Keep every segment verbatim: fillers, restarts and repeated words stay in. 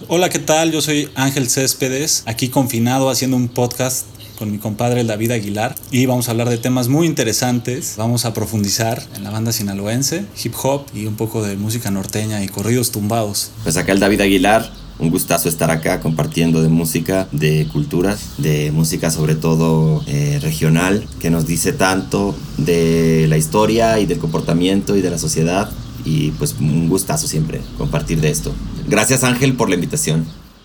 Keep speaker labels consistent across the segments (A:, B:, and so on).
A: Hola, ¿qué tal? Yo soy Ángel Céspedes, aquí confinado haciendo un podcast con mi compadre David Aguilar y vamos a hablar de temas muy interesantes. Vamos a profundizar en la banda sinaloense, hip hop y un poco de música norteña y corridos tumbados.
B: Pues acá el David Aguilar, un gustazo estar acá compartiendo de música, de culturas, de música sobre todo eh, regional, que nos dice tanto de la historia y del comportamiento y de la sociedad. Y pues un gustazo siempre compartir de esto. Gracias, Ángel, por la invitación.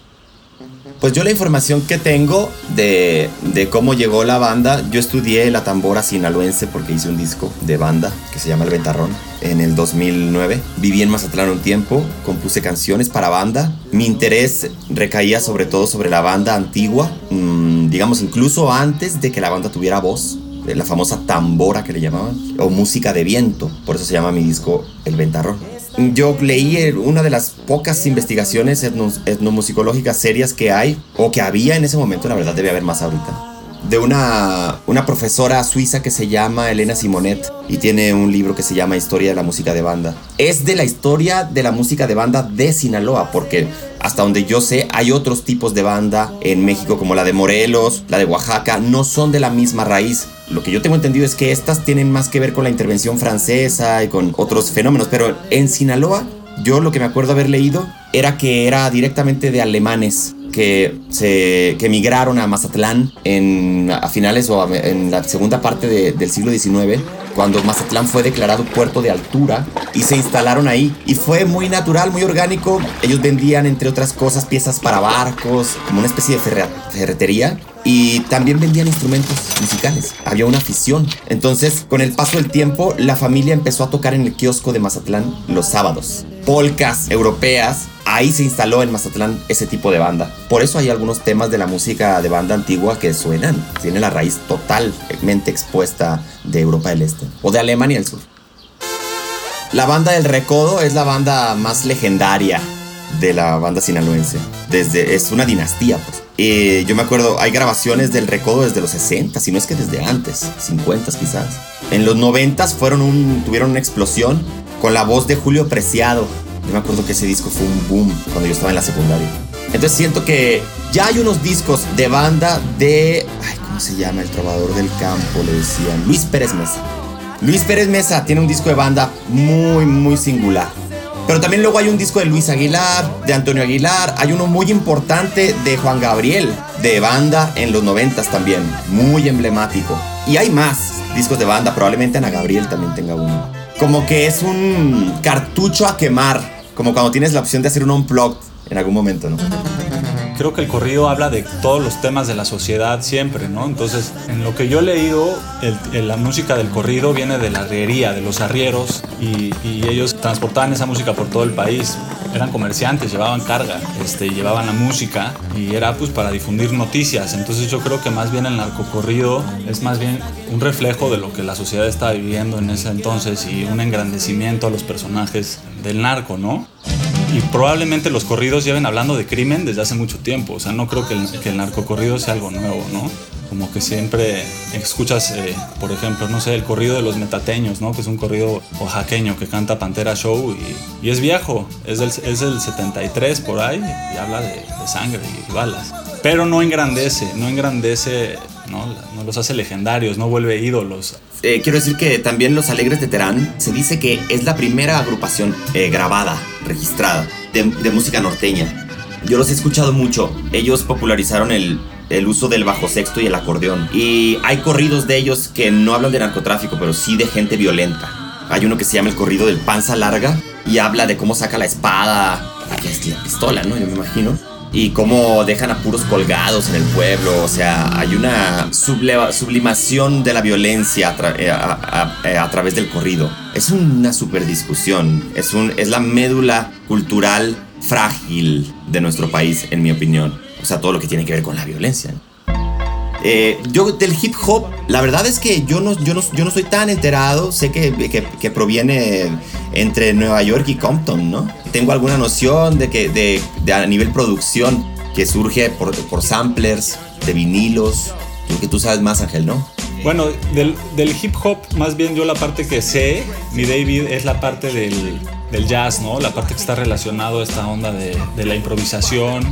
B: Pues yo la información que tengo de, de cómo llegó la banda, yo estudié la tambora sinaloense porque hice un disco de banda que se llama El Ventarrón en el dos mil nueve. Viví en Mazatlán un tiempo, compuse canciones para banda. Mi interés recaía sobre todo sobre la banda antigua, mmm, digamos incluso antes de que la banda tuviera voz. La famosa tambora que le llamaban, o música de viento, por eso se llama mi disco El Ventarrón. Yo leí una de las pocas investigaciones etno, etnomusicológicas serias que hay, o que había en ese momento, la verdad debe haber más ahorita, de una, una profesora suiza que se llama Elena Simonet y tiene un libro que se llama Historia de la música de banda. Es de la historia de la música de banda de Sinaloa, porque hasta donde yo sé hay otros tipos de banda en México como la de Morelos, la de Oaxaca, no son de la misma raíz. Lo que yo tengo entendido es que estas tienen más que ver con la intervención francesa y con otros fenómenos, pero en Sinaloa yo lo que me acuerdo haber leído era que era directamente de alemanes que se que emigraron a Mazatlán en, a finales o a, en la segunda parte de, del siglo diecinueve, cuando Mazatlán fue declarado puerto de altura, y se instalaron ahí. Y fue muy natural, muy orgánico. Ellos vendían, entre otras cosas, piezas para barcos, como una especie de ferre, ferretería. Y también vendían instrumentos musicales. Había una afición. Entonces, con el paso del tiempo, la familia empezó a tocar en el kiosco de Mazatlán los sábados. Polcas europeas. Ahí se instaló en Mazatlán ese tipo de banda. Por eso hay algunos temas de la música de banda antigua que suenan. Tiene la raíz totalmente expuesta de Europa del Este o de Alemania del Sur. La banda del Recodo es la banda más legendaria de la banda sinaloense. Desde, es una dinastía, pues. Eh, yo me acuerdo, hay grabaciones del Recodo desde los sesenta, si no es que desde antes, cincuenta quizás. En los noventa fueron un, tuvieron una explosión con la voz de Julio Preciado. Yo me acuerdo que ese disco fue un boom cuando yo estaba en la secundaria. Entonces siento que ya hay unos discos de banda de... Ay, ¿cómo se llama? El trovador del campo, le decían. Luis Pérez Mesa. Luis Pérez Mesa tiene un disco de banda muy, muy singular. Pero también luego hay un disco de Luis Aguilar, de Antonio Aguilar. Hay uno muy importante de Juan Gabriel, de banda en los noventas también. Muy emblemático. Y hay más discos de banda. Probablemente Ana Gabriel también tenga uno. Como que es un cartucho a quemar. Como cuando tienes la opción de hacer un unplugged en algún momento, ¿no?
A: Creo que el corrido habla de todos los temas de la sociedad siempre, ¿no? Entonces, en lo que yo he leído, el, el, la música del corrido viene de la arriería, de los arrieros, y, y ellos transportaban esa música por todo el país. Eran comerciantes, llevaban carga, este, llevaban la música, y era pues para difundir noticias. Entonces yo creo que más bien el narcocorrido es más bien un reflejo de lo que la sociedad estaba viviendo en ese entonces y un engrandecimiento a los personajes del narco, ¿no? Y probablemente los corridos lleven hablando de crimen desde hace mucho tiempo. O sea, no creo que el, que el narcocorrido sea algo nuevo, ¿no? Como que siempre escuchas, eh, por ejemplo, no sé, el corrido de los metateños, ¿no? Que es un corrido oaxaqueño que canta Pantera Show y, y es viejo, es del, es del setenta y tres por ahí y habla de, de sangre y balas. Pero no engrandece, no engrandece, ¿no? No los hace legendarios, no vuelve ídolos.
B: Eh, quiero decir que también Los Alegres de Terán se dice que es la primera agrupación eh, grabada, registrada, de, de música norteña. Yo los he escuchado mucho. Ellos popularizaron el, el uso del bajo sexto y el acordeón. Y hay corridos de ellos que no hablan de narcotráfico, pero sí de gente violenta. Hay uno que se llama el corrido del Panza Larga y habla de cómo saca la espada, que es la pistola, ¿no? Yo me imagino. Y cómo dejan a puros colgados en el pueblo. O sea, hay una subleva, sublimación de la violencia a, tra- a, a, a, a través del corrido. Es una super discusión. Es, un, es la médula cultural frágil de nuestro país, en mi opinión. O sea, todo lo que tiene que ver con la violencia. Eh, yo del hip hop, la verdad es que yo no, yo no, yo no soy tan enterado. Sé que, que, que proviene entre Nueva York y Compton, ¿no? Tengo alguna noción de que de, de a nivel producción que surge por, por samplers, de vinilos. Creo que tú sabes más, Ángel, ¿no?
A: Bueno, del, del hip hop, más bien yo la parte que sé, mi David, es la parte del, del jazz, ¿no? La parte que está relacionado a esta onda de, de la improvisación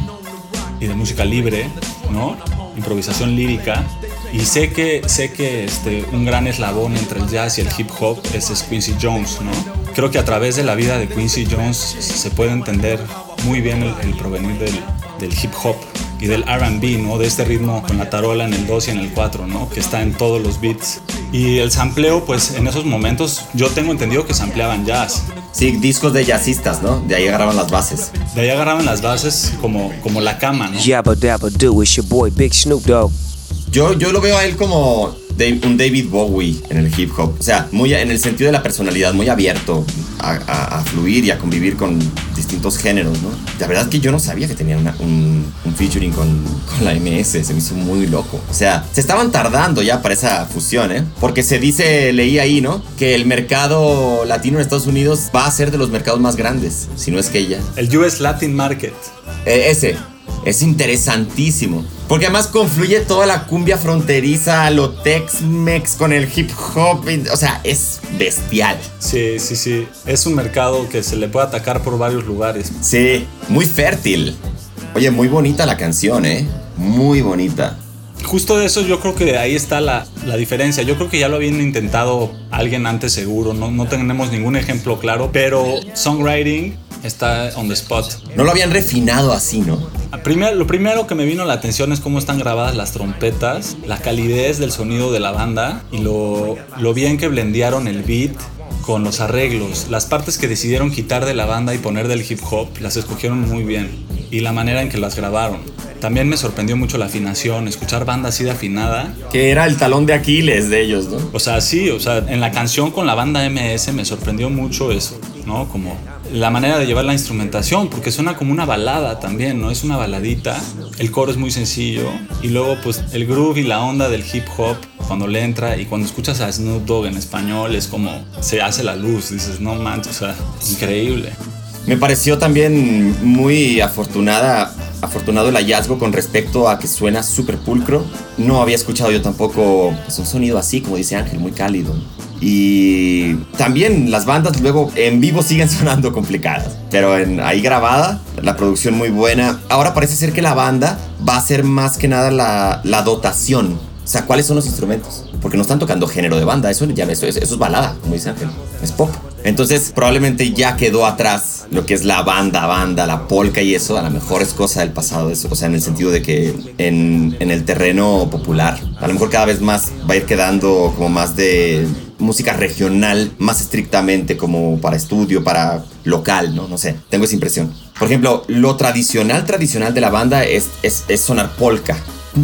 A: y de música libre, ¿no? Improvisación lírica. Y sé que, sé que este, un gran eslabón entre el jazz y el hip hop es, es Quincy Jones, ¿no? Creo que a través de la vida de Quincy Jones se puede entender muy bien el, el provenir del, del hip hop y del R and B, ¿no? De este ritmo con la tarola en el dos y en el cuatro, ¿no? Que está en todos los beats. Y el sampleo, pues en esos momentos yo tengo entendido que sampleaban jazz.
B: Sí, discos de jazzistas, ¿no? De ahí agarraban las bases.
A: De ahí agarraban las bases como, como la cama, ¿no?
C: Yabba dabba do, it's your boy Big Snoop Dogg.
B: Yo, yo lo veo a él como un David Bowie en el hip hop. O sea, muy en el sentido de la personalidad, muy abierto a, a, a fluir y a convivir con distintos géneros, ¿no? La verdad es que yo no sabía que tenían una, un, un featuring con, con la M S. Se me hizo muy loco. O sea, se estaban tardando ya para esa fusión, ¿eh? Porque se dice, leí ahí, ¿no? Que el mercado latino en Estados Unidos va a ser de los mercados más grandes, si no es que ya.
A: El U S Latin Market.
B: Eh, ese. Es interesantísimo. Porque además confluye toda la cumbia fronteriza, lo Tex-Mex con el hip hop. O sea, es bestial.
A: Sí, sí, sí. Es un mercado que se le puede atacar por varios lugares.
B: Sí, muy fértil. Oye, muy bonita la canción, ¿eh? Muy bonita.
A: Justo de eso yo creo que ahí está la, la diferencia. Yo creo que ya lo habían intentado alguien antes seguro. No, no tenemos ningún ejemplo claro. Pero songwriting está on the spot.
B: No lo habían refinado así, ¿no?
A: Primero, lo primero que me vino a la atención es cómo están grabadas las trompetas, la calidez del sonido de la banda y lo, lo bien que blendearon el beat con los arreglos. Las partes que decidieron quitar de la banda y poner del hip hop las escogieron muy bien, y la manera en que las grabaron. También me sorprendió mucho la afinación, escuchar banda así de afinada.
B: Que era el talón de Aquiles de ellos, ¿no?
A: O sea, sí, o sea, en la canción con la banda M S me sorprendió mucho eso, ¿no? Como la manera de llevar la instrumentación, porque suena como una balada también, ¿no? Es una baladita, el coro es muy sencillo, y luego pues el groove y la onda del hip hop cuando le entra, y cuando escuchas a Snoop Dogg en español es como se hace la luz, dices, no manches, o sea, increíble.
B: Me pareció también muy afortunada, afortunado el hallazgo con respecto a que suena súper pulcro. No había escuchado yo tampoco pues, un sonido así, como dice Ángel, muy cálido. Y también las bandas luego en vivo siguen sonando complicadas, pero en, ahí grabada, la producción muy buena. Ahora parece ser que la banda va a ser más que nada la, la dotación. O sea, ¿cuáles son los instrumentos? Porque no están tocando género de banda, eso, ya, eso, eso es balada, como dice Ángel, es pop. Entonces probablemente ya quedó atrás lo que es la banda, banda, la polka y eso. A lo mejor es cosa del pasado eso. O sea, en el sentido de que en, en el terreno popular a lo mejor cada vez más va a ir quedando como más de música regional, más estrictamente como para estudio, para local, ¿no? No sé, tengo esa impresión. Por ejemplo, lo tradicional, tradicional de la banda es, es, es sonar polka.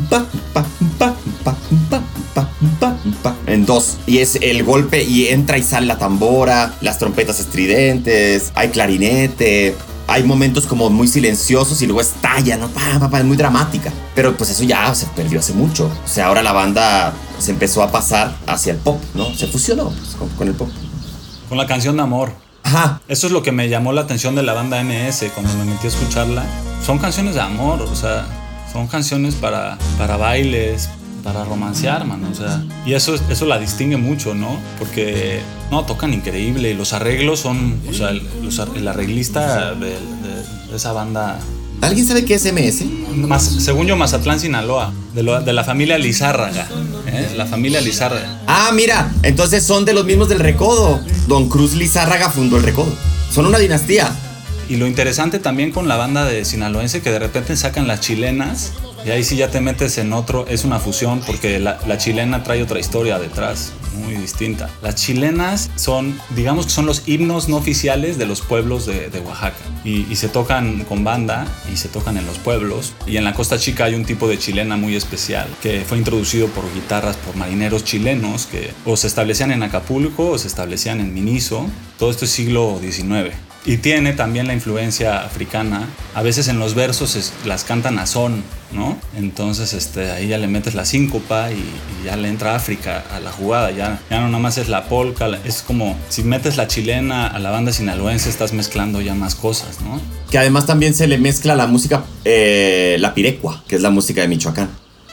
B: En dos, y es el golpe y entra y sale la tambora, las trompetas estridentes, hay clarinete, hay momentos como muy silenciosos y luego estalla, ¿no? Pa, pa, pa, es muy dramática, pero pues eso ya se perdió hace mucho. O sea, ahora la banda se empezó a pasar hacia el pop, ¿no? Se fusionó pues, con, con el pop,
A: con la canción de amor.
B: Ajá.
A: Eso es lo que me llamó la atención de la banda M S cuando me metí a escucharla. Son canciones de amor, o sea, son canciones para, para bailes, para romancear, man, o sea, y eso, eso la distingue mucho, ¿no? Porque, no, tocan increíble, y los arreglos son, o sea, el, los, el arreglista de, de, de esa banda...
B: ¿Alguien sabe qué es M S?
A: Más, según yo, Mazatlán, Sinaloa, de, lo, de la familia Lizárraga, ¿eh? La familia Lizárraga.
B: Ah, mira, entonces son de los mismos del Recodo. Don Cruz Lizárraga fundó el Recodo. Son una dinastía.
A: Y lo interesante también con la banda de sinaloense, que de repente sacan las chilenas, y ahí sí ya te metes en otro, es una fusión, porque la, la chilena trae otra historia detrás, muy distinta. Las chilenas son, digamos que son los himnos no oficiales de los pueblos de, de Oaxaca, y, y se tocan con banda, y se tocan en los pueblos, y en la Costa Chica hay un tipo de chilena muy especial, que fue introducido por guitarras, por marineros chilenos, que o se establecían en Acapulco, o se establecían en Miniso. Todo esto es siglo diecinueve. Y tiene también la influencia africana. A veces en los versos es, las cantan a son, ¿no? Entonces este, ahí ya le metes la síncopa y, y ya le entra África a la jugada. Ya, ya no nada más es la polka. Es como si metes la chilena a la banda sinaloense, estás mezclando ya más cosas, ¿no?
B: Que además también se le mezcla la música, eh, la pirecua, que es la música de Michoacán.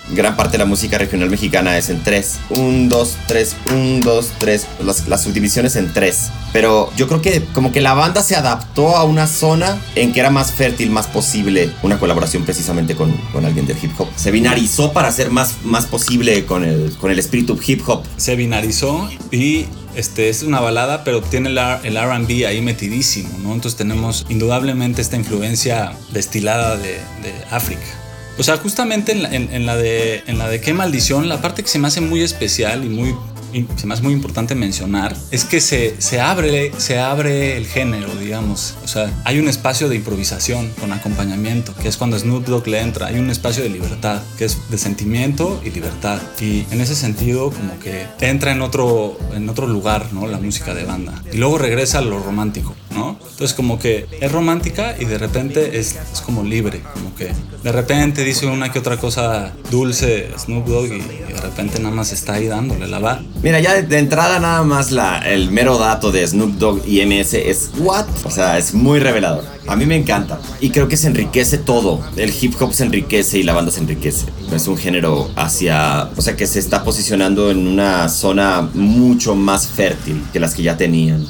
B: gran parte de la música regional mexicana es en tres. Un, dos, tres, un, dos, tres. Las, las subdivisiones en tres. Pero yo creo que como que la banda se adaptó a una zona en que era más fértil, más posible una colaboración precisamente con, con alguien del hip hop. Se binarizó para hacer más, más posible con el, con el espíritu hip hop.
A: Se binarizó y este, es una balada, pero tiene el, el R and B ahí metidísimo, ¿no? Entonces tenemos indudablemente esta influencia destilada de, de África. O sea, justamente en la, en, en la de, en la de Qué Maldición, la parte que se me hace muy especial y muy... se me hace muy importante mencionar es que se, se, abre, se abre el género, digamos. O sea, hay un espacio de improvisación con acompañamiento, que es cuando Snoop Dogg le entra. Hay un espacio de libertad, que es de sentimiento y libertad. Y en ese sentido, como que entra en otro, en otro lugar, ¿no? La música de banda. Y luego regresa a lo romántico, ¿no? Entonces, como que es romántica y de repente es, es como libre. Como que de repente dice una que otra cosa dulce Snoop Dogg y, y de repente nada más está ahí dándole la va.
B: Mira, ya de, de entrada nada más la, el mero dato de Snoop Dogg y M S es what? O sea, es muy revelador. A mí me encanta. Y creo que se enriquece todo. El hip hop se enriquece y la banda se enriquece. Es un género hacia... O sea, que se está posicionando en una zona mucho más fértil que las que ya tenían.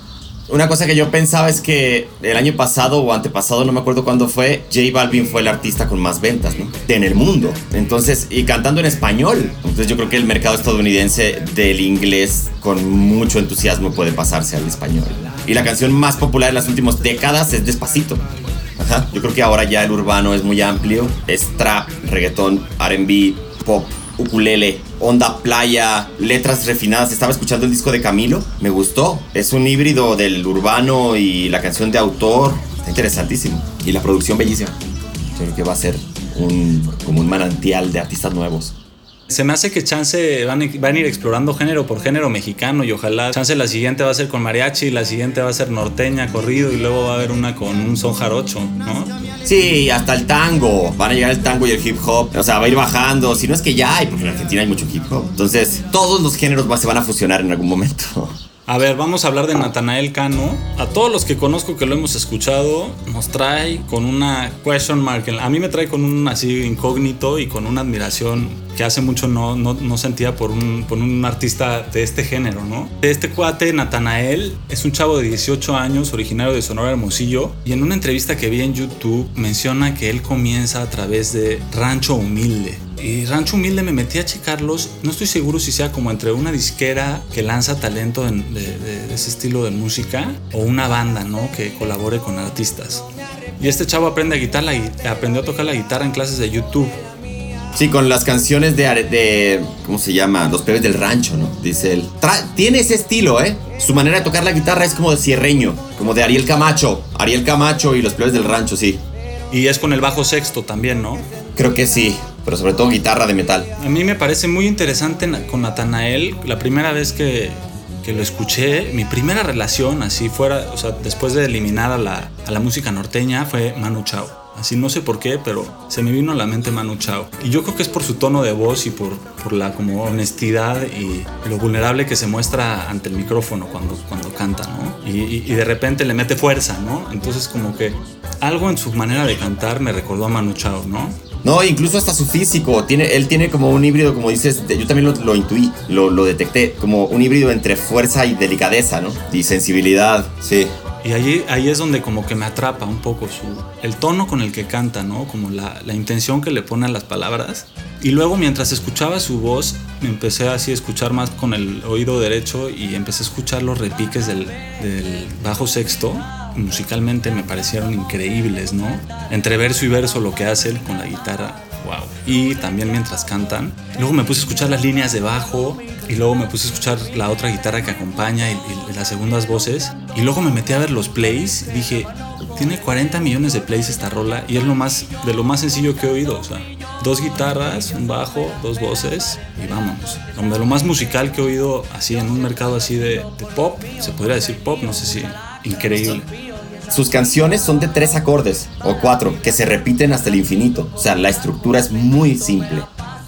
B: Una cosa que yo pensaba es que el año pasado o antepasado, no me acuerdo cuándo fue, J Balvin fue el artista con más ventas, ¿no? En el mundo. Entonces, y cantando en español. Entonces yo creo que el mercado estadounidense del inglés con mucho entusiasmo puede pasarse al español. Y la canción más popular en las últimas décadas es Despacito. Ajá. Yo creo que ahora ya el urbano es muy amplio. Es trap, reggaetón, R and B, pop, ukulele, onda playa, letras refinadas. Estaba escuchando el disco de Camilo, me gustó. Es un híbrido del urbano y la canción de autor. Está interesantísimo. Y la producción bellísima. Yo creo que va a ser un, como un manantial de artistas nuevos.
A: Se me hace que chance van, van a ir explorando género por género mexicano y ojalá chance la siguiente va a ser con mariachi, la siguiente va a ser norteña, corrido y luego va a haber una con un son jarocho, ¿no?
B: Sí, hasta el tango. Van a llegar el tango y el hip hop. O sea, va a ir bajando. Si no es que ya hay, porque en Argentina hay mucho hip hop. Entonces, todos los géneros se van a fusionar en algún momento.
A: A ver, vamos a hablar de Natanael Cano. A todos los que conozco que lo hemos escuchado, nos trae con una question mark. A mí me trae con un así incógnito y con una admiración que hace mucho no, no, no sentía por un, por un artista de este género, ¿no? Este cuate, Natanael, es un chavo de dieciocho años, originario de Sonora Hermosillo, y en una entrevista que vi en YouTube menciona que él comienza a través de Rancho Humilde. Y Rancho Humilde me metí a checarlos. No estoy seguro si sea como entre una disquera que lanza talento de, de, de ese estilo de música o una banda, ¿no? Que colabore con artistas. Y este chavo aprende a guitar la, aprendió a tocar la guitarra en clases de YouTube.
B: Sí, con las canciones de, de ¿cómo se llama? Los Plebes del Rancho, ¿no? Dice él. Tra- tiene ese estilo, ¿eh? Su manera de tocar la guitarra es como de cierreño, como de Ariel Camacho. Ariel Camacho y los Plebes del Rancho, sí.
A: Y es con el bajo sexto también, ¿no?
B: Creo que sí, pero sobre todo guitarra de metal.
A: A mí me parece muy interesante con Natanael. La primera vez que, que lo escuché, mi primera relación así fuera, o sea, después de eliminar a la, a la música norteña, fue Manu Chao. Así no sé por qué, pero se me vino a la mente Manu Chao. Y yo creo que es por su tono de voz y por, por la como honestidad y lo vulnerable que se muestra ante el micrófono cuando, cuando canta, ¿no? Y, y, y de repente le mete fuerza, ¿no? Entonces como que algo en su manera de cantar me recordó a Manu Chao, ¿no?
B: No, incluso hasta su físico. Tiene, él tiene como un híbrido, como dices, de, yo también lo, lo intuí, lo, lo detecté, como un híbrido entre fuerza y delicadeza, ¿no? Y sensibilidad, sí.
A: Y ahí, ahí es donde como que me atrapa un poco su, el tono con el que canta, ¿no? Como la, la intención que le pone a las palabras. Y luego mientras escuchaba su voz, me empecé así a escuchar más con el oído derecho y empecé a escuchar los repiques del, del bajo sexto. Musicalmente me parecieron increíbles, ¿no? Entre verso y verso lo que hace él con la guitarra, wow. Y también mientras cantan. Luego me puse a escuchar las líneas de bajo y luego me puse a escuchar la otra guitarra que acompaña y, y las segundas voces. Y luego me metí a ver los plays y dije, tiene cuarenta millones de plays esta rola y es lo más, de lo más sencillo que he oído, o sea, dos guitarras, un bajo, dos voces y vámonos. De lo más musical que he oído así en un mercado así de, de pop, se podría decir pop, no sé si, increíble.
B: Sus canciones son de tres acordes o cuatro que se repiten hasta el infinito. O sea, la estructura es muy simple.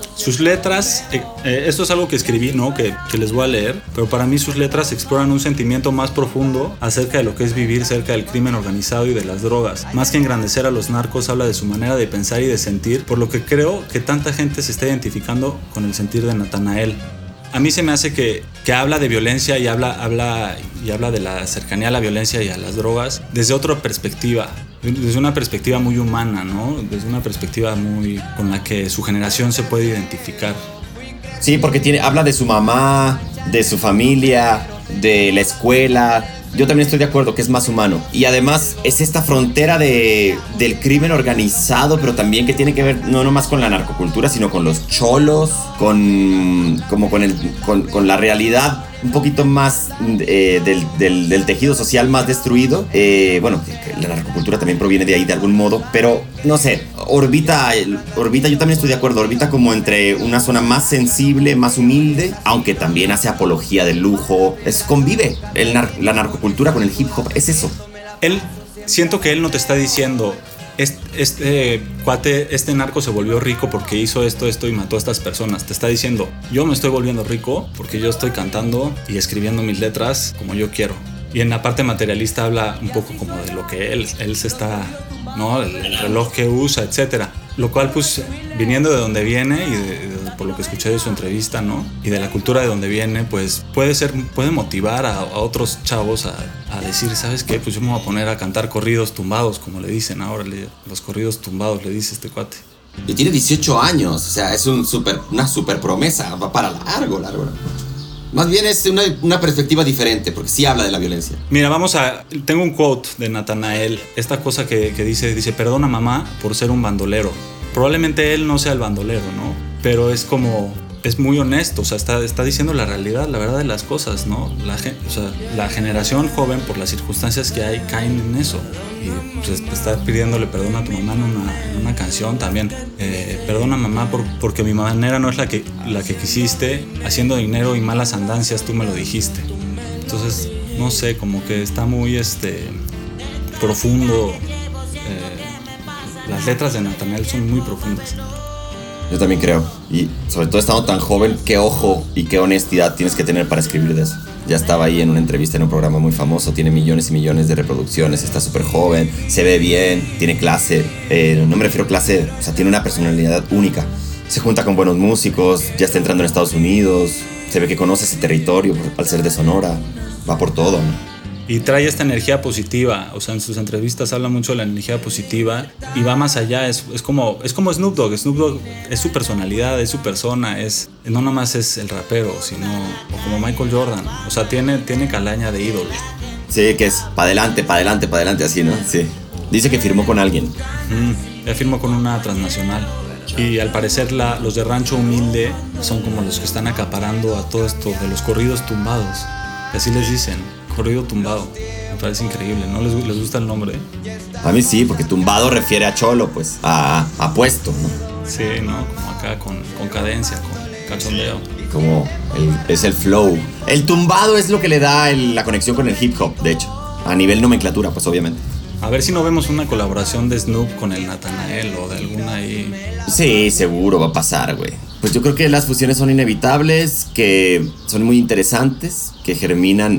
A: Sus letras, eh, eh, esto es algo que escribí, ¿no? Que, que les voy a leer, pero para mí sus letras exploran un sentimiento más profundo acerca de lo que es vivir cerca del crimen organizado y de las drogas. Más que engrandecer a los narcos, habla de su manera de pensar y de sentir, por lo que creo que tanta gente se está identificando con el sentir de Natanael. A mí se me hace que, que habla de violencia y habla, habla, y habla de la cercanía a la violencia y a las drogas desde otra perspectiva, desde una perspectiva muy humana, ¿no? Desde una perspectiva muy con la que su generación se puede identificar.
B: Sí, porque tiene, habla de su mamá, de su familia, de la escuela. Yo también estoy de acuerdo que es más humano. Y además es esta frontera de, del crimen organizado, pero también que tiene que ver no nomás con la narcocultura, sino con los cholos, con, como con, el, con, con la realidad un poquito más eh, del, del, del tejido social más destruido. Eh, bueno, la narcocultura también proviene de ahí de algún modo, pero no sé, orbita, orbita, yo también estoy de acuerdo, orbita como entre una zona más sensible, más humilde, aunque también hace apología del lujo. Es, convive el nar, la narcocultura con el hip hop, es eso.
A: Él, siento que él no te está diciendo... Este, este cuate, este narco se volvió rico porque hizo esto, esto y mató a estas personas. Te está diciendo, yo me estoy volviendo rico porque yo estoy cantando y escribiendo mis letras como yo quiero. Y en la parte materialista habla un poco como de lo que él, él se está, ¿no? El, el reloj que usa, etcétera. Lo cual, pues, viniendo de donde viene y de, de, por lo que escuché de su entrevista, ¿no? Y de la cultura de donde viene, pues puede ser, puede motivar a, a otros chavos a, a decir, ¿sabes qué? Pues yo me voy a poner a cantar corridos tumbados, como le dicen ahora, le, los corridos tumbados, le dice este cuate.
B: Y tiene dieciocho años, o sea, es un super, una super promesa, va para largo, largo. Más bien es una, una perspectiva diferente, porque sí habla de la violencia.
A: Mira, vamos a... Tengo un quote de Natanael. Esta cosa que, que dice, dice, perdona mamá por ser un bandolero. Probablemente él no sea el bandolero, ¿no? Pero es como... Es muy honesto, o sea, está, está diciendo la realidad, la verdad de las cosas, ¿no? La, o sea, la generación joven, por las circunstancias que hay, caen en eso. Y pues, está pidiéndole perdón a tu mamá en una, en una canción también. Eh, perdona mamá por, porque mi manera no es la que, la que quisiste. Haciendo dinero y malas andancias tú me lo dijiste. Entonces, no sé, como que está muy este, profundo. Eh, las letras de Natanael son muy profundas.
B: Yo también creo. Y sobre todo estando tan joven, qué ojo y qué honestidad tienes que tener para escribir de eso. Ya estaba ahí en una entrevista en un programa muy famoso, tiene millones y millones de reproducciones, está súper joven, se ve bien, tiene clase. Eh, no me refiero a clase, o sea, tiene una personalidad única. Se junta con buenos músicos, ya está entrando en Estados Unidos, se ve que conoce ese territorio al ser de Sonora, va por todo, ¿no?
A: Y trae esta energía positiva, o sea, en sus entrevistas habla mucho de la energía positiva y va más allá, es, es, como, es como Snoop Dogg, Snoop Dogg es su personalidad, es su persona, es, no nomás es el rapero, sino o como Michael Jordan, o sea, tiene, tiene calaña de ídolo.
B: Sí, que es pa' adelante, pa' adelante, pa' adelante, así, ¿no? Sí. Dice que firmó con alguien.
A: Mm, ya firmó con una transnacional. Y al parecer la, los de Rancho Humilde son como los que están acaparando a todo esto de los corridos tumbados, así les dicen. Corrido tumbado, me parece increíble, ¿no? ¿Les, les gusta el nombre?
B: A mí sí, porque tumbado refiere a cholo, pues, a, a puesto, ¿no?
A: Sí, ¿no? Como acá con, con cadencia, con cachondeo.
B: Como el, es el flow. El tumbado es lo que le da el, la conexión con el hip hop, de hecho. A nivel nomenclatura, pues obviamente.
A: A ver si no vemos una colaboración de Snoop con el Natanael o de alguna ahí.
B: Sí, seguro va a pasar, güey. Pues yo creo que las fusiones son inevitables, que son muy interesantes, que germinan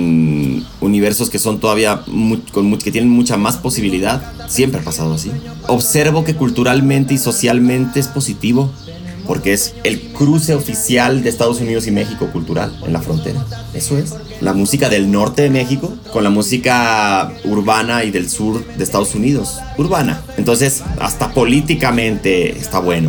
B: en universos que son todavía muy, con muy, que tienen mucha más posibilidad. Siempre ha pasado así. Observo que culturalmente y socialmente es positivo, porque es el cruce oficial de Estados Unidos y México cultural en la frontera. Eso es. La música del norte de México con la música urbana y del sur de Estados Unidos. Urbana. Entonces, hasta políticamente está bueno.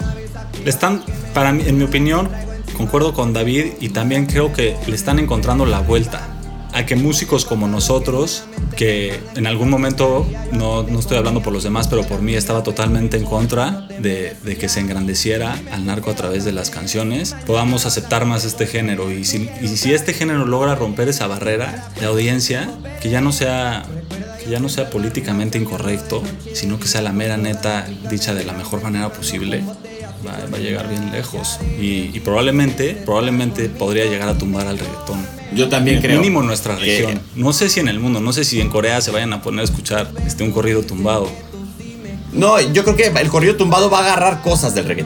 A: Le están, para mí, en mi opinión, concuerdo con David y también creo que le están encontrando la vuelta a que músicos como nosotros, que en algún momento, no, no estoy hablando por los demás, pero por mí estaba totalmente en contra de, de que se engrandeciera al narco a través de las canciones, podamos aceptar más este género. Y si, y si este género logra romper esa barrera de audiencia, que ya no sea... que ya no sea políticamente incorrecto, sino que sea la mera neta dicha de la mejor manera posible, va, va a llegar bien lejos. Y, y probablemente, probablemente podría llegar a tumbar al reggaetón.
B: Yo también creo.
A: Mínimo en nuestra región. No sé si en el mundo, no sé si en Corea se vayan a poner a escuchar este, un corrido tumbado.
B: No, yo creo que el corrido tumbado va a agarrar cosas del reggaetón.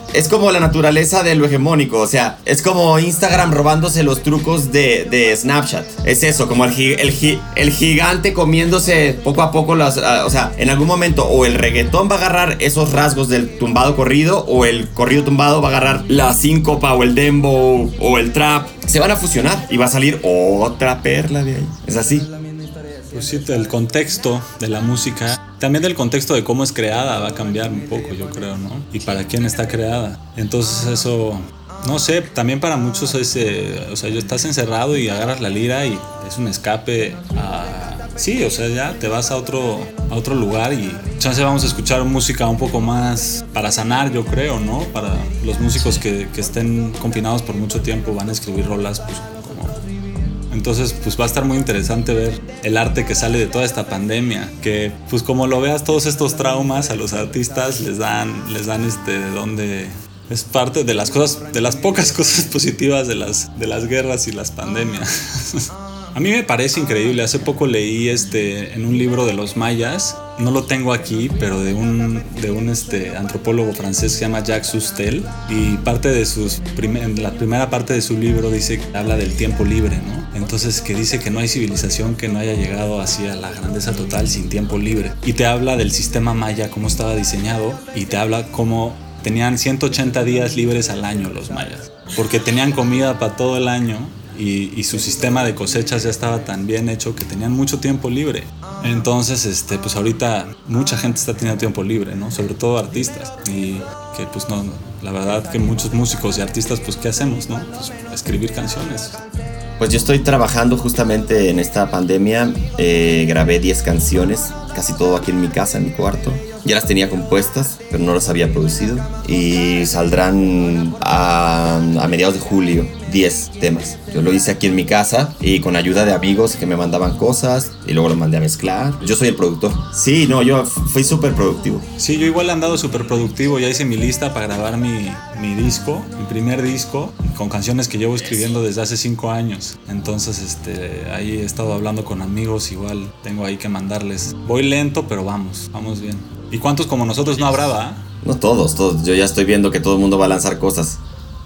B: Es como la naturaleza de lo hegemónico, o sea, es como Instagram robándose los trucos de, de Snapchat. Es eso, como el, gi- el, gi- el gigante comiéndose poco a poco las... Uh, o sea, en algún momento o el reggaetón va a agarrar esos rasgos del tumbado corrido, o el corrido tumbado va a agarrar la síncopa o el dembow o el trap. Se van a fusionar y va a salir otra perla de ahí. Es así.
A: Pues sí, el contexto de la música, también del contexto de cómo es creada va a cambiar un poco, yo creo, ¿no? Y para quién está creada. Entonces eso, no sé, también para muchos es, eh, o sea, yo estás encerrado y agarras la lira y es un escape a... Sí, o sea, ya te vas a otro, a otro lugar y chance vamos a escuchar música un poco más para sanar, yo creo, ¿no? Para los músicos que, que estén confinados por mucho tiempo van a escribir rolas, pues, como... Entonces, pues va a estar muy interesante ver el arte que sale de toda esta pandemia, que pues como lo veas, todos estos traumas a los artistas les dan, les dan este, de dónde... Es parte de las cosas, de las pocas cosas positivas de las, de las guerras y las pandemias. A mí me parece increíble. Hace poco leí este, en un libro de los mayas, no lo tengo aquí, pero de un, de un este, antropólogo francés que se llama Jacques Sustel, y parte de sus prim- la primera parte de su libro dice que habla del tiempo libre, ¿no? Entonces, que dice que no hay civilización que no haya llegado así a la grandeza total sin tiempo libre. Y te habla del sistema maya, cómo estaba diseñado, y te habla cómo tenían ciento ochenta días libres al año los mayas, porque tenían comida para todo el año. Y, y su sistema de cosechas ya estaba tan bien hecho que tenían mucho tiempo libre. Entonces, este, pues ahorita mucha gente está teniendo tiempo libre, ¿no? Sobre todo artistas. Y que pues no, la verdad que muchos músicos y artistas, pues ¿qué hacemos, no? Pues escribir canciones.
B: Pues yo estoy trabajando justamente en esta pandemia. Eh, grabé diez canciones, casi todo aquí en mi casa, en mi cuarto. Ya las tenía compuestas, pero no las había producido. Y saldrán a, a mediados de julio, diez temas. Yo lo hice aquí en mi casa y con ayuda de amigos que me mandaban cosas y luego lo mandé a mezclar. Yo soy el productor. Sí, no, yo fui súper productivo.
A: Sí, yo igual he andado súper productivo. Ya hice mi lista para grabar mi, mi disco, mi primer disco, con canciones que llevo escribiendo desde hace cinco años. Entonces, este, ahí he estado hablando con amigos, igual tengo ahí que mandarles. Voy lento, pero vamos, vamos bien. ¿Y cuántos como nosotros no habrá, va?
B: No todos, todos. Yo ya estoy viendo que todo el mundo va a lanzar cosas.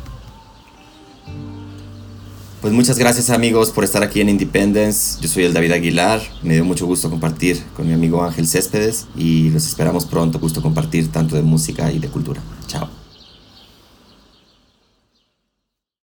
B: Pues muchas gracias, amigos, por estar aquí en Independence. Yo soy el David Aguilar. Me dio mucho gusto compartir con mi amigo Ángel Céspedes y los esperamos pronto. Gusto compartir tanto de música y de cultura. Chao.